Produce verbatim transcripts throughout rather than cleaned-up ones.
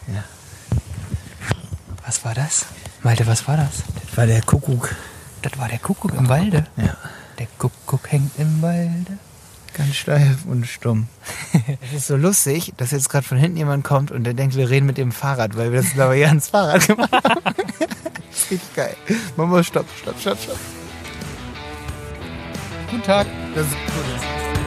Ja. Was war das? Malte, was war das? Das war der Kuckuck. Das war der Kuckuck im Walde? Ja. Der Kuckuck hängt im Walde. Ganz steif und stumm. Es ist so lustig, dass jetzt gerade von hinten jemand kommt und der denkt, wir reden mit dem Fahrrad, weil wir das aber ja ans Fahrrad gemacht haben. Das ist richtig geil. Machen wir stopp, stopp, stopp, stopp. Guten Tag. Das ist cool.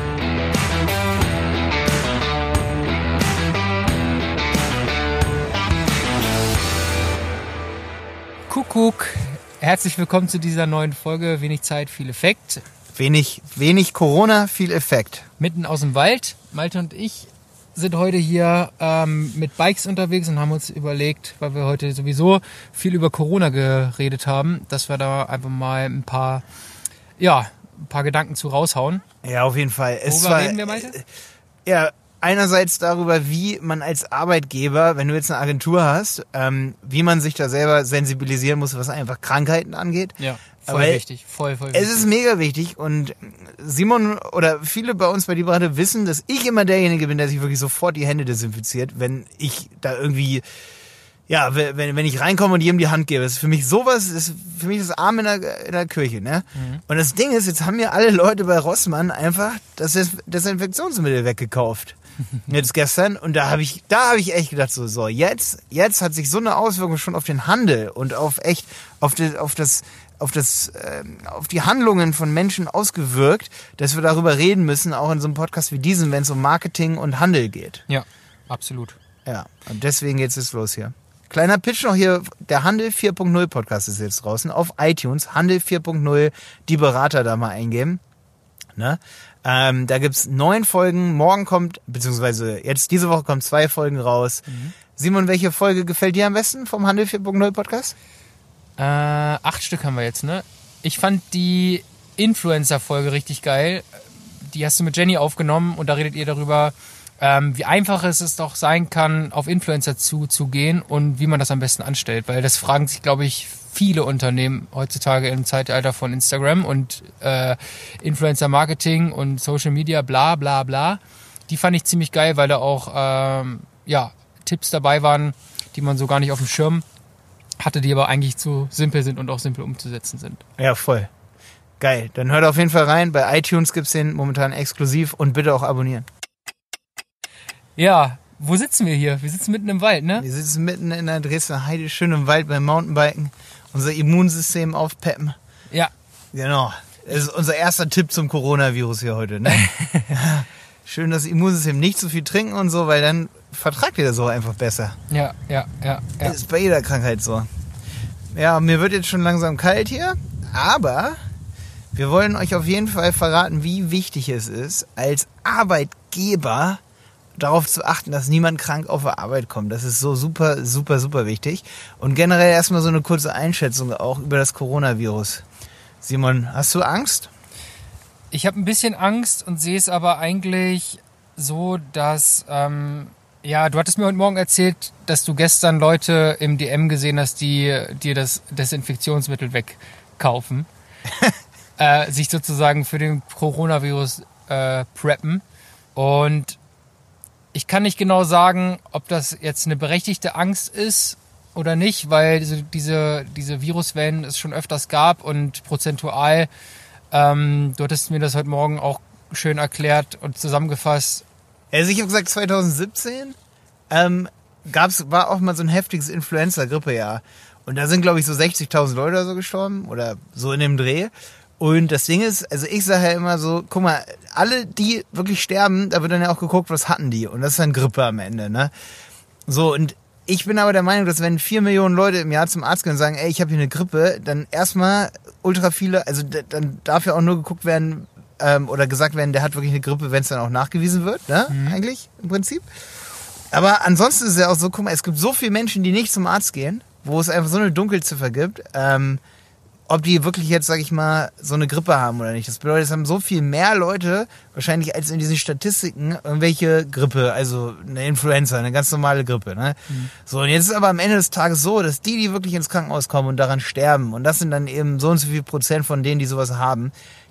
Kuckuck. Herzlich willkommen zu dieser neuen Folge. Wenig Zeit, viel Effekt. Wenig, wenig Corona, viel Effekt. Mitten aus dem Wald. Malte und ich sind heute hier ähm, mit Bikes unterwegs und haben uns überlegt, weil wir heute sowieso viel über Corona geredet haben, dass wir da einfach mal ein paar, ja, ein paar Gedanken zu raushauen. Ja, auf jeden Fall. Es Worüber war, reden wir, Malte? Ja, einerseits darüber, wie man als Arbeitgeber, wenn du jetzt eine Agentur hast, ähm, wie man sich da selber sensibilisieren muss, was einfach Krankheiten angeht. Ja, voll Weil wichtig. Voll, voll wichtig. Es ist mega wichtig und Simon oder viele bei uns bei Librade wissen, dass ich immer derjenige bin, der sich wirklich sofort die Hände desinfiziert, wenn ich da irgendwie, ja, wenn, wenn ich reinkomme und jedem die Hand gebe. Das ist für mich sowas, ist für mich das Arm in der, in der Kirche, ne? Mhm. Und das Ding ist, jetzt haben ja alle Leute bei Rossmann einfach das Desinfektionsmittel weggekauft. Jetzt gestern, und da habe ich, da habe ich echt gedacht, so, so, jetzt, jetzt hat sich so eine Auswirkung schon auf den Handel und auf echt, auf das, auf das, auf das, äh, auf die Handlungen von Menschen ausgewirkt, dass wir darüber reden müssen, auch in so einem Podcast wie diesem, wenn es um Marketing und Handel geht. Ja, absolut. Ja, und deswegen jetzt ist los hier. Kleiner Pitch noch hier, der Handel vier Punkt null Podcast ist jetzt draußen auf iTunes, Handel vier Punkt null, die Berater da mal eingeben. Ne? Ähm, da gibt's neun Folgen, morgen kommt, beziehungsweise jetzt diese Woche kommen zwei Folgen raus. Mhm. Simon, welche Folge gefällt dir am besten vom Handel vier Punkt null Podcast? Äh, acht Stück haben wir jetzt, ne? Ich fand die Influencer-Folge richtig geil. Die hast du mit Jenny aufgenommen und da redet ihr darüber, ähm, wie einfach es es doch sein kann, auf Influencer zuzugehen und wie man das am besten anstellt. Weil das fragen sich, glaube ich, viele Unternehmen heutzutage im Zeitalter von Instagram und äh, Influencer-Marketing und Social Media, bla bla bla. Die fand ich ziemlich geil, weil da auch ähm, ja, Tipps dabei waren, die man so gar nicht auf dem Schirm hatte, die aber eigentlich zu simpel sind und auch simpel umzusetzen sind. Ja, voll. Geil. Dann hört auf jeden Fall rein. Bei iTunes gibt's den momentan exklusiv und bitte auch abonnieren. Ja, wo sitzen wir hier? Wir sitzen mitten im Wald, ne? Wir sitzen mitten in der Dresdner Heide, schön im Wald beim Mountainbiken. Unser Immunsystem aufpeppen. Ja. Genau. Das ist unser erster Tipp zum Coronavirus hier heute, ne? Schön das Immunsystem, nicht zu viel trinken und so, weil dann vertragt ihr das auch einfach besser. Ja, ja, ja, ja. Das ist bei jeder Krankheit so. Ja, mir wird jetzt schon langsam kalt hier, aber wir wollen euch auf jeden Fall verraten, wie wichtig es ist, als Arbeitgeber darauf zu achten, dass niemand krank auf der Arbeit kommt. Das ist so super, super, super wichtig. Und generell erstmal so eine kurze Einschätzung auch über das Coronavirus. Simon, hast du Angst? Ich habe ein bisschen Angst und sehe es aber eigentlich so, dass, ähm, ja, du hattest mir heute Morgen erzählt, dass du gestern Leute im D M gesehen hast, die dir das Desinfektionsmittel wegkaufen. äh, sich sozusagen für den Coronavirus äh, preppen. Und ich kann nicht genau sagen, ob das jetzt eine berechtigte Angst ist oder nicht, weil diese, diese, diese Viruswellen es schon öfters gab und prozentual, ähm, du hattest mir das heute Morgen auch schön erklärt und zusammengefasst. Also ich habe gesagt, zwanzig siebzehn ähm, gab's, war auch mal so ein heftiges Influenza-Grippejahr. Und da sind, glaube ich, so sechzigtausend Leute oder so gestorben oder so in dem Dreh. Und das Ding ist, also ich sage ja immer so, guck mal, alle, die wirklich sterben, da wird dann ja auch geguckt, was hatten die. Und das ist dann Grippe am Ende, ne? So, und ich bin aber der Meinung, dass wenn vier Millionen Leute im Jahr zum Arzt gehen und sagen, ey, ich habe hier eine Grippe, dann erstmal ultra viele, also dann darf ja auch nur geguckt werden ähm, oder gesagt werden, der hat wirklich eine Grippe, wenn es dann auch nachgewiesen wird, ne? Mhm. Eigentlich, im Prinzip. Aber ansonsten ist es ja auch so, guck mal, es gibt so viele Menschen, die nicht zum Arzt gehen, wo es einfach so eine Dunkelziffer gibt, ähm, ob die wirklich jetzt, sag ich mal, so eine Grippe haben oder nicht. Das bedeutet, es haben so viel mehr Leute, wahrscheinlich als in diesen Statistiken, irgendwelche Grippe, also eine Influenza, eine ganz normale Grippe. Ne? Mhm. So, und jetzt ist aber am Ende des Tages so, dass die, die wirklich ins Krankenhaus kommen und daran sterben, und das sind dann eben so und so viel Prozent von denen, die sowas haben,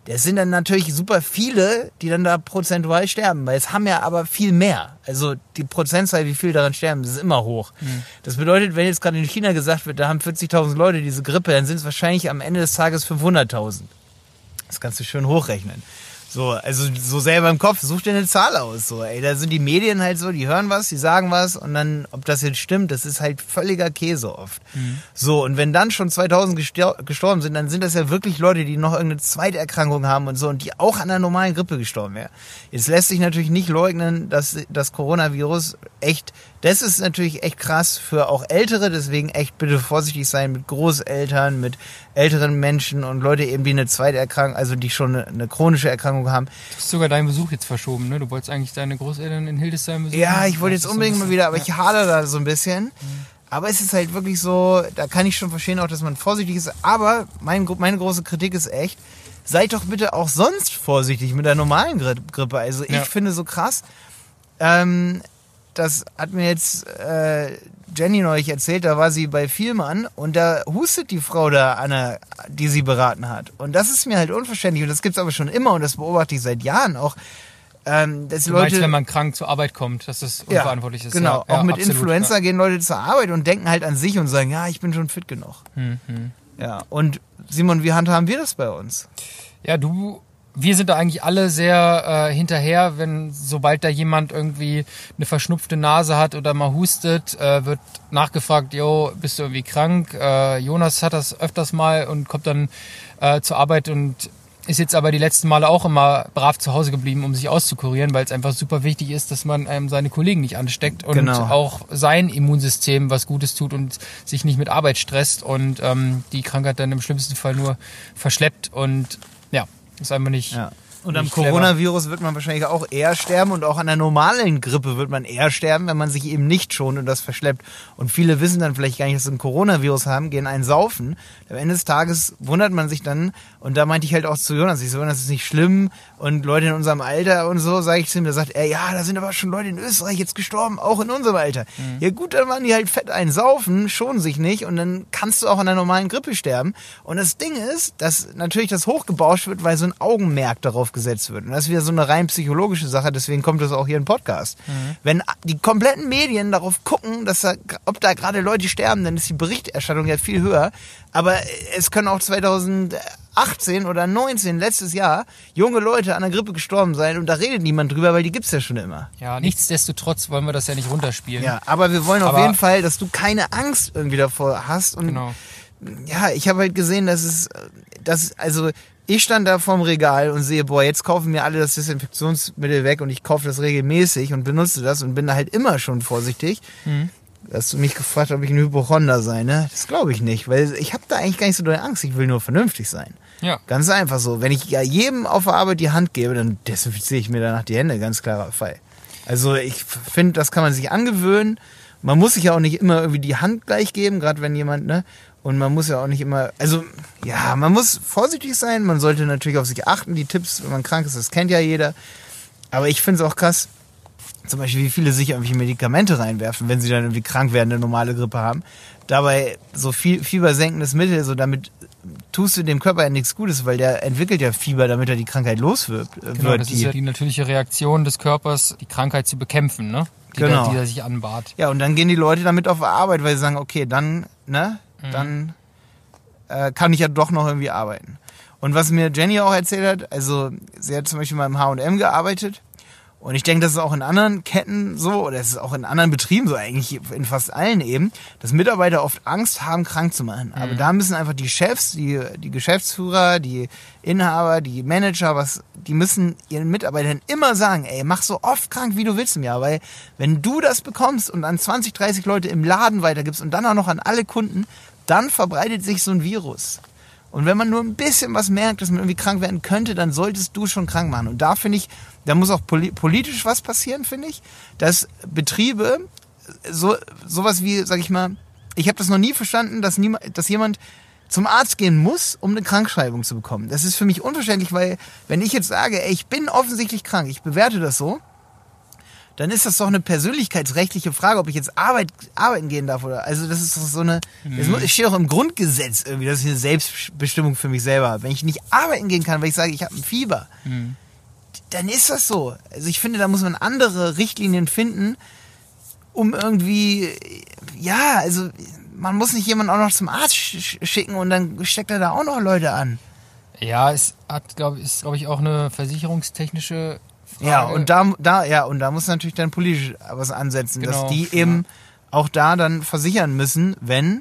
das sind dann natürlich super viele, die dann da prozentual sterben, weil es haben ja aber viel mehr. Also die Prozentzahl, wie viel daran sterben, das ist immer hoch. Mhm. Das bedeutet, wenn jetzt gerade in China gesagt wird, da haben vierzigtausend Leute diese Grippe, dann sind es wahrscheinlich am Ende des Tages fünfhunderttausend. Das kannst du schön hochrechnen. So, also so selber im Kopf, such dir eine Zahl aus. So, ey, da sind die Medien halt so, die hören was, die sagen was und dann, ob das jetzt stimmt, das ist halt völliger Käse oft. Mhm. So, und wenn dann schon zweitausend gestor- gestorben sind, dann sind das ja wirklich Leute, die noch irgendeine Zweiterkrankung haben und so und die auch an der normalen Grippe gestorben wären. Jetzt lässt sich natürlich nicht leugnen, dass das Coronavirus echt, das ist natürlich echt krass für auch Ältere, deswegen echt bitte vorsichtig sein mit Großeltern, mit älteren Menschen und Leute eben, die eine Zweiterkrankung, also die schon eine, eine chronische Erkrankung haben. Du hast sogar deinen Besuch jetzt verschoben, ne? Du wolltest eigentlich deine Großeltern in Hildesheim besuchen. Ja, ich wollte jetzt unbedingt mal wieder, aber ich hadere da so ein bisschen. Mhm. Aber es ist halt wirklich so, da kann ich schon verstehen auch, dass man vorsichtig ist. Aber mein, meine große Kritik ist echt, seid doch bitte auch sonst vorsichtig mit der normalen Grippe. Also ich ja. finde so krass, ähm, das hat mir jetzt äh, Jenny neulich erzählt, da war sie bei Vielmann und da hustet die Frau da, Anna, die sie beraten hat. Und das ist mir halt unverständlich und das gibt's aber schon immer und das beobachte ich seit Jahren auch. Ähm, dass du Leute, meinst, wenn man krank zur Arbeit kommt, dass das unverantwortlich ja, ist. Genau, ja, auch ja, mit absolut, Influencer ja. gehen Leute zur Arbeit und denken halt an sich und sagen, ja, ich bin schon fit genug. Mhm. Ja, und Simon, wie handhaben wir das bei uns? Ja, du... Wir sind da eigentlich alle sehr äh, hinterher, wenn sobald da jemand irgendwie eine verschnupfte Nase hat oder mal hustet, äh, wird nachgefragt, jo, bist du irgendwie krank? Äh, Jonas hat das öfters mal und kommt dann äh, zur Arbeit und ist jetzt aber die letzten Male auch immer brav zu Hause geblieben, um sich auszukurieren, weil es einfach super wichtig ist, dass man ähm, seine Kollegen nicht ansteckt und genau. auch sein Immunsystem was Gutes tut und sich nicht mit Arbeit stresst und ähm, die Krankheit dann im schlimmsten Fall nur verschleppt und ja, ist einfach nicht. Ja. Und am Coronavirus wird man wahrscheinlich auch eher sterben und auch an der normalen Grippe wird man eher sterben, wenn man sich eben nicht schont und das verschleppt. Und viele wissen dann vielleicht gar nicht, dass sie ein Coronavirus haben, gehen einen saufen. Am Ende des Tages wundert man sich dann, und da meinte ich halt auch zu Jonas, ich so, das ist nicht schlimm und Leute in unserem Alter und so, sage ich zu ihm, der sagt, ey, ja, da sind aber schon Leute in Österreich jetzt gestorben, auch in unserem Alter. Mhm. Ja gut, dann waren die halt fett einen saufen, schonen sich nicht und dann kannst du auch an der normalen Grippe sterben. Und das Ding ist, dass natürlich das hochgebauscht wird, weil so ein Augenmerk darauf gesetzt wird. Und das ist wieder so eine rein psychologische Sache, deswegen kommt das auch hier im Podcast. Mhm. Wenn die kompletten Medien darauf gucken, dass da, ob da gerade Leute sterben, dann ist die Berichterstattung ja viel höher. Aber es können auch zweitausendachtzehn oder neunzehn, letztes Jahr, junge Leute an der Grippe gestorben sein und da redet niemand drüber, weil die gibt's ja schon immer. Ja, nichtsdestotrotz wollen wir das ja nicht runterspielen. Ja, aber wir wollen auf aber jeden Fall, dass du keine Angst irgendwie davor hast. Und genau. Ja, ich habe halt gesehen, dass es, dass, also ich stand da vorm Regal und sehe, boah, jetzt kaufen mir alle das Desinfektionsmittel weg und ich kaufe das regelmäßig und benutze das und bin da halt immer schon vorsichtig. Mhm. Hast du mich gefragt, ob ich ein Hypochonder sei, ne? Das glaube ich nicht, weil ich habe da eigentlich gar nicht so doll Angst. Ich will nur vernünftig sein. Ja. Ganz einfach so. Wenn ich ja jedem auf der Arbeit die Hand gebe, dann desinfiziere ich mir danach die Hände. Ganz klarer Fall. Also ich finde, das kann man sich angewöhnen. Man muss sich ja auch nicht immer irgendwie die Hand gleich geben, gerade wenn jemand, ne? Und man muss ja auch nicht immer, also ja, man muss vorsichtig sein. Man sollte natürlich auf sich achten. Die Tipps, wenn man krank ist, das kennt ja jeder. Aber ich finde es auch krass, zum Beispiel, wie viele sich irgendwelche Medikamente reinwerfen, wenn sie dann irgendwie krank werden, eine normale Grippe haben. Dabei so viel fiebersenkendes Mittel, so damit tust du dem Körper ja nichts Gutes, weil der entwickelt ja Fieber, damit er die Krankheit loswird. Genau, das ist ja die natürliche Reaktion des Körpers, die Krankheit zu bekämpfen, ne? Die, genau. da, die er sich anbahnt. Ja, und dann gehen die Leute damit auf Arbeit, weil sie sagen, okay, dann, ne, mhm. dann äh, kann ich ja doch noch irgendwie arbeiten. Und was mir Jenny auch erzählt hat, also sie hat zum Beispiel mal im H und M gearbeitet. Und ich denke, das ist auch in anderen Ketten so, oder es ist auch in anderen Betrieben so, eigentlich in fast allen eben, dass Mitarbeiter oft Angst haben, krank zu machen. Aber mhm. da müssen einfach die Chefs, die, die Geschäftsführer, die Inhaber, die Manager, was, die müssen ihren Mitarbeitern immer sagen, ey, mach so oft krank, wie du willst im Jahr. Weil wenn du das bekommst und an zwanzig, dreißig Leute im Laden weitergibst und dann auch noch an alle Kunden, dann verbreitet sich so ein Virus. Und wenn man nur ein bisschen was merkt, dass man irgendwie krank werden könnte, dann solltest du schon krank machen. Und da finde ich, da muss auch politisch was passieren, finde ich, dass Betriebe so sowas wie, sag ich mal, ich habe das noch nie verstanden, dass niemand, dass jemand zum Arzt gehen muss, um eine Krankschreibung zu bekommen. Das ist für mich unverständlich, weil wenn ich jetzt sage, ey, ich bin offensichtlich krank, ich bewerte das so, dann ist das doch eine persönlichkeitsrechtliche Frage, ob ich jetzt Arbeit, arbeiten gehen darf oder. Also das ist doch so eine. Das Mhm. steht doch im Grundgesetz irgendwie, dass ich eine Selbstbestimmung für mich selber habe. Wenn ich nicht arbeiten gehen kann, weil ich sage, ich habe ein Fieber, Mhm. dann ist das so. Also ich finde, da muss man andere Richtlinien finden, um irgendwie, ja, also man muss nicht jemanden auch noch zum Arzt sch- schicken und dann steckt er da auch noch Leute an. Ja, es hat, glaube ist, glaube ich, auch eine versicherungstechnische Frage. Ja, und da, da, ja, und da muss natürlich dann politisch was ansetzen, Genau, dass die ja. eben auch da dann versichern müssen, wenn,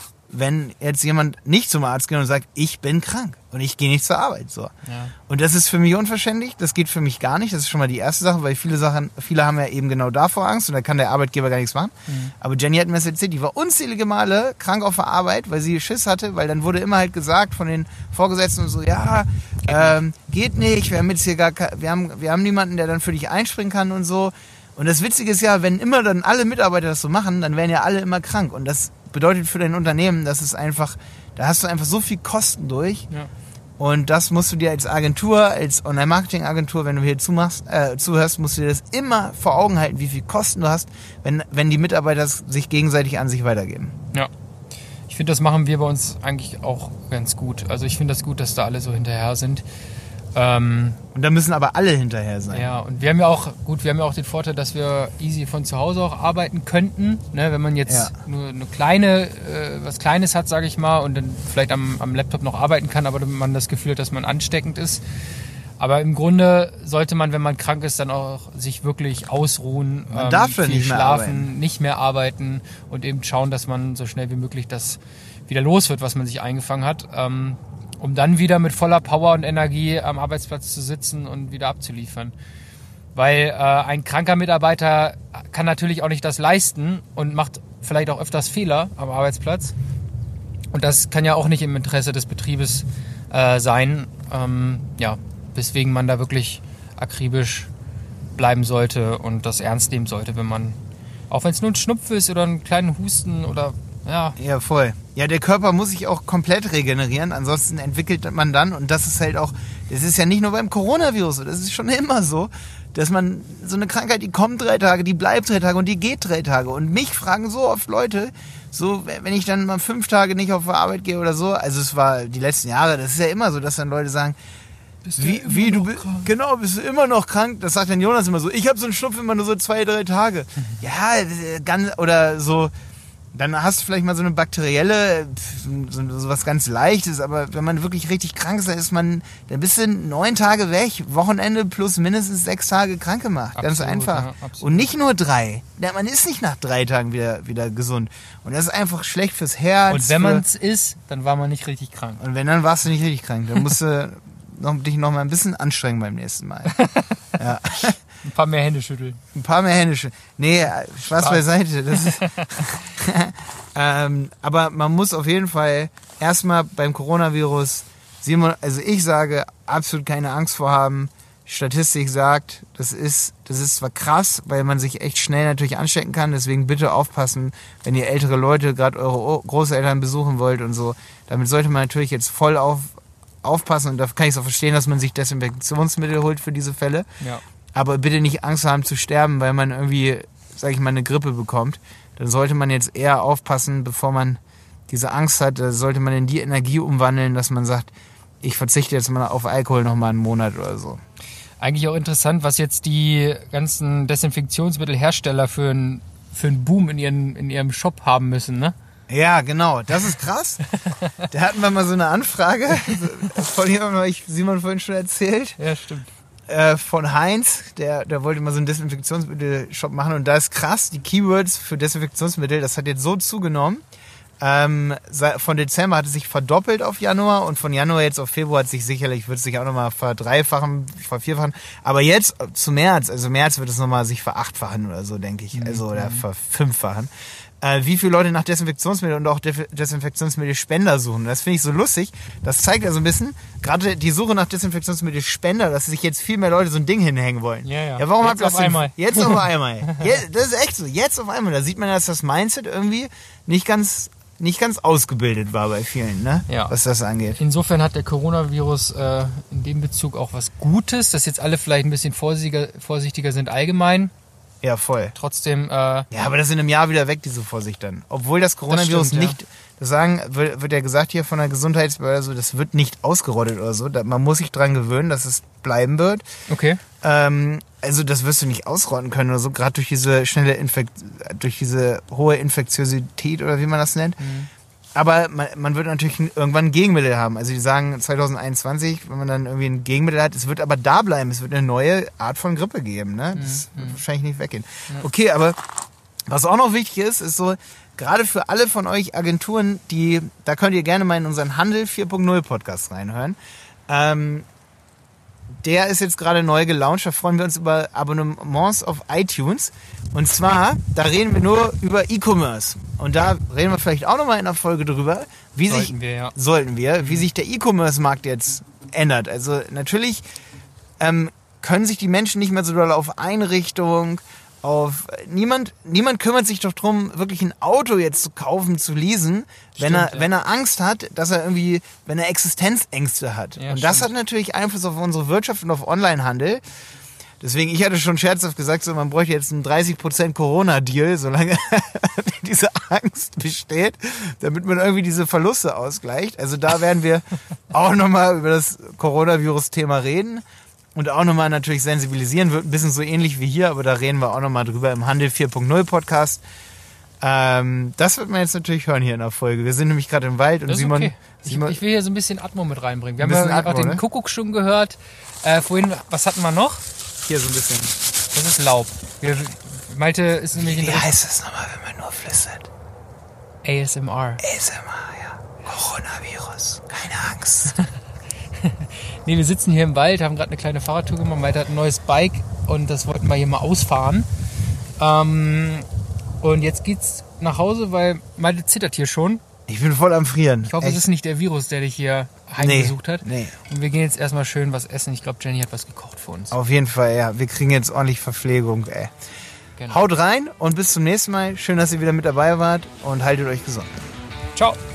wenn jetzt jemand nicht zum Arzt geht und sagt, ich bin krank und ich gehe nicht zur Arbeit, so. Ja. Und das ist für mich unverständlich, das geht für mich gar nicht, das ist schon mal die erste Sache, weil viele Sachen, viele haben ja eben genau davor Angst und da kann der Arbeitgeber gar nichts machen. Mhm. Aber Jenny hat mir das erzählt, die war unzählige Male krank auf der Arbeit, weil sie Schiss hatte, weil dann wurde immer halt gesagt von den Vorgesetzten so, ja, ähm, geht nicht, wir haben jetzt hier gar, ke- wir haben, wir haben niemanden, der dann für dich einspringen kann und so. Und das Witzige ist ja, wenn immer dann alle Mitarbeiter das so machen, dann werden ja alle immer krank. Und das bedeutet für dein Unternehmen, dass es einfach, da hast du einfach so viel Kosten durch. Ja. Und das musst du dir als Agentur, als Online-Marketing-Agentur, wenn du hier zumachst, äh, zuhörst, musst du dir das immer vor Augen halten, wie viel Kosten du hast, wenn, wenn die Mitarbeiter sich gegenseitig an sich weitergeben. Ja. Ich finde, das machen wir bei uns eigentlich auch ganz gut. Also ich finde das gut, dass da alle so hinterher sind. Ähm, Und da müssen aber alle hinterher sein. ja, und wir haben ja auch, gut, wir haben ja auch den Vorteil, dass wir easy von zu Hause auch arbeiten könnten. Ne, wenn man jetzt Ja. nur eine kleine, äh, was Kleines hat, sage ich mal, und dann vielleicht am, am Laptop noch arbeiten kann, aber man das Gefühl hat, dass man ansteckend ist. Aber im Grunde sollte man, wenn man krank ist, dann auch sich wirklich ausruhen, Man darf ja viel nicht mehr schlafen, arbeiten. nicht mehr arbeiten und eben schauen, dass man so schnell wie möglich das wieder los wird, was man sich eingefangen hat, ähm, um dann wieder mit voller Power und Energie am Arbeitsplatz zu sitzen und wieder abzuliefern. Weil äh, ein kranker Mitarbeiter kann natürlich auch nicht das leisten und macht vielleicht auch öfters Fehler am Arbeitsplatz. Und das kann ja auch nicht im Interesse des Betriebes äh, sein. Ähm, ja, weswegen man da wirklich akribisch bleiben sollte und das ernst nehmen sollte, wenn man, auch wenn es nur ein Schnupfen ist oder einen kleinen Husten oder ja. Ja, voll. Ja, der Körper muss sich auch komplett regenerieren, ansonsten entwickelt man dann, und das ist halt auch, das ist ja nicht nur beim Coronavirus so, das ist schon immer so, dass man so eine Krankheit, die kommt drei Tage, die bleibt drei Tage und die geht drei Tage. Und mich fragen so oft Leute, so wenn ich dann mal fünf Tage nicht auf die Arbeit gehe oder so, also es war die letzten Jahre, das ist ja immer so, dass dann Leute sagen, Bist wie, du wie immer du noch bist, krank? genau, bist du immer noch krank? Das sagt dann Jonas immer so, ich habe so einen Schnupfen immer nur so zwei, drei Tage. Ja, äh, ganz, oder so, dann hast du vielleicht mal so eine bakterielle, so, so was ganz Leichtes, aber wenn man wirklich richtig krank ist, dann ist man, dann bist du neun Tage weg, Wochenende plus mindestens sechs Tage krank gemacht. Ganz Absolut, einfach. ja, absolut. Und nicht nur drei. Ja, man ist nicht nach drei Tagen wieder, wieder gesund. Und das ist einfach schlecht fürs Herz. Und wenn für- man es ist, dann war man nicht richtig krank. Und wenn, dann warst du nicht richtig krank. Dann musst du noch, dich noch mal ein bisschen anstrengen beim nächsten Mal. Ja. Ein paar mehr Hände schütteln. Ein paar mehr Hände. sch- Nee, Spaß Spaß. beiseite. Das ist ähm, aber man muss auf jeden Fall erstmal beim Coronavirus, Simon, also ich sage, absolut keine Angst vor haben. Statistik sagt, das ist, das ist zwar krass, weil man sich echt schnell natürlich anstecken kann, deswegen bitte aufpassen, wenn ihr ältere Leute, gerade eure O- Großeltern besuchen wollt und so. Damit sollte man natürlich jetzt voll auf, aufpassen, und da kann ich es auch verstehen, dass man sich Desinfektionsmittel holt für diese Fälle. Ja. Aber bitte nicht Angst haben zu sterben, weil man irgendwie, sag ich mal, eine Grippe bekommt. Dann sollte man jetzt eher aufpassen, bevor man diese Angst hat, da sollte man in die Energie umwandeln, dass man sagt, ich verzichte jetzt mal auf Alkohol noch mal einen Monat oder so. Eigentlich auch interessant, was jetzt die ganzen Desinfektionsmittelhersteller für einen für einen Boom in, ihren, in ihrem Shop haben müssen, ne? Ja, genau, das ist krass. Da hatten wir mal so eine Anfrage, von jemandem habe ich Simon vorhin schon erzählt, Ja, stimmt. äh, von Heinz, der, der wollte mal so einen Desinfektionsmittel-Shop machen, und da ist krass, die Keywords für Desinfektionsmittel, das hat jetzt so zugenommen. Ähm, sei- von Dezember hat es sich verdoppelt auf Januar, und von Januar jetzt auf Februar hat es sich sicherlich, wird es sich auch nochmal verdreifachen, vervierfachen. Aber jetzt zu März, also März wird es nochmal sich verachtfachen oder so, denke ich. Also, oder verfünffachen. Äh, wie viele Leute nach Desinfektionsmittel und auch Def- Desinfektionsmittelspender suchen. Das finde ich so lustig. Das zeigt ja so ein bisschen, gerade die Suche nach Desinfektionsmittelspender, dass sich jetzt viel mehr Leute so ein Ding hinhängen wollen. Ja, ja. Ja, warum Jetzt habt ihr das auf denn? einmal. Jetzt auf einmal. Jetzt, das ist echt so. Jetzt auf einmal. Da sieht man, dass das Mindset irgendwie nicht ganz, nicht ganz ausgebildet war bei vielen, ne? Ja. Was das angeht. Insofern hat der Coronavirus äh, in dem Bezug auch was Gutes, dass jetzt alle vielleicht ein bisschen vorsichtiger, vorsichtiger sind allgemein. Ja, voll. Trotzdem, äh, Ja, aber das ist in einem Jahr wieder weg, diese Vorsicht dann. Obwohl das Coronavirus Das stimmt, ja. nicht, das sagen, wird, wird ja gesagt hier von der Gesundheitsbehörde, so, das wird nicht ausgerottet oder so. Da, man muss sich dran gewöhnen, dass es bleiben wird. okay. Ähm, also das wirst du nicht ausrotten können oder so, gerade durch diese schnelle Infekt, durch diese hohe Infektiosität oder wie man das nennt. Mhm. Aber man, man wird natürlich irgendwann ein Gegenmittel haben. Also die sagen zwanzig einundzwanzig, wenn man dann irgendwie ein Gegenmittel hat, es wird aber da bleiben. Es wird eine neue Art von Grippe geben. Ne? Das Mhm. wird wahrscheinlich nicht weggehen. Okay, aber was auch noch wichtig ist, ist so, gerade für alle von euch Agenturen, die, da könnt ihr gerne mal in unseren Handel vier Punkt null Podcast reinhören. Ähm, der ist jetzt gerade neu gelauncht. Da freuen wir uns über Abonnements auf iTunes. Und zwar, da reden wir nur über E-Commerce. Und da reden wir vielleicht auch nochmal in der Folge drüber, wie Sollten sich, wir, ja. sollten wir, wie sich der E-Commerce-Markt jetzt ändert. Also natürlich ähm, können sich die Menschen nicht mehr so doll auf Einrichtung, auf niemand, niemand kümmert sich doch drum, wirklich ein Auto jetzt zu kaufen, zu leasen, wenn Stimmt, er, ja. wenn er Angst hat, dass er irgendwie, wenn er Existenzängste hat. Ja, und das stimmt. hat natürlich Einfluss auf unsere Wirtschaft und auf Onlinehandel. Deswegen, ich hatte schon scherzhaft gesagt, so, man bräuchte jetzt einen dreißig Prozent Corona-Deal, solange diese Angst besteht, damit man irgendwie diese Verluste ausgleicht. Also da werden wir auch nochmal über das Coronavirus-Thema reden. Und auch nochmal natürlich sensibilisieren, wird ein bisschen so ähnlich wie hier, aber da reden wir auch nochmal drüber im Handel vier Punkt null Podcast. Ähm, das wird man jetzt natürlich hören hier in der Folge. Wir sind nämlich gerade im Wald und Das ist Simon, okay. Ich, Simon ich will hier so ein bisschen Atmo mit reinbringen. Wir Ein haben ja bisschen gerade Atmo, den ne? Kuckuck schon gehört. Äh, vorhin, was hatten wir noch? hier so ein bisschen. Das ist Laub. Wir, Malte ist nämlich in Wie heißt das nochmal, wenn man nur flüstert? A S M R. A S M R, ja. Coronavirus. Keine Angst. Nee, wir sitzen hier im Wald, haben gerade eine kleine Fahrradtour gemacht. Malte hat ein neues Bike und das wollten wir hier mal ausfahren. Ähm, und jetzt geht's nach Hause, weil Malte zittert hier schon. Ich bin voll am Frieren. Ich hoffe, Echt. es ist nicht der Virus, der dich hier heimgesucht hat. Nee. Und wir gehen jetzt erstmal schön was essen. Ich glaube, Jenny hat was gekocht für uns. Auf jeden Fall, ja. Wir kriegen jetzt ordentlich Verpflegung, ey. Genau. Haut rein und bis zum nächsten Mal. Schön, dass ihr wieder mit dabei wart und haltet euch gesund. Ciao.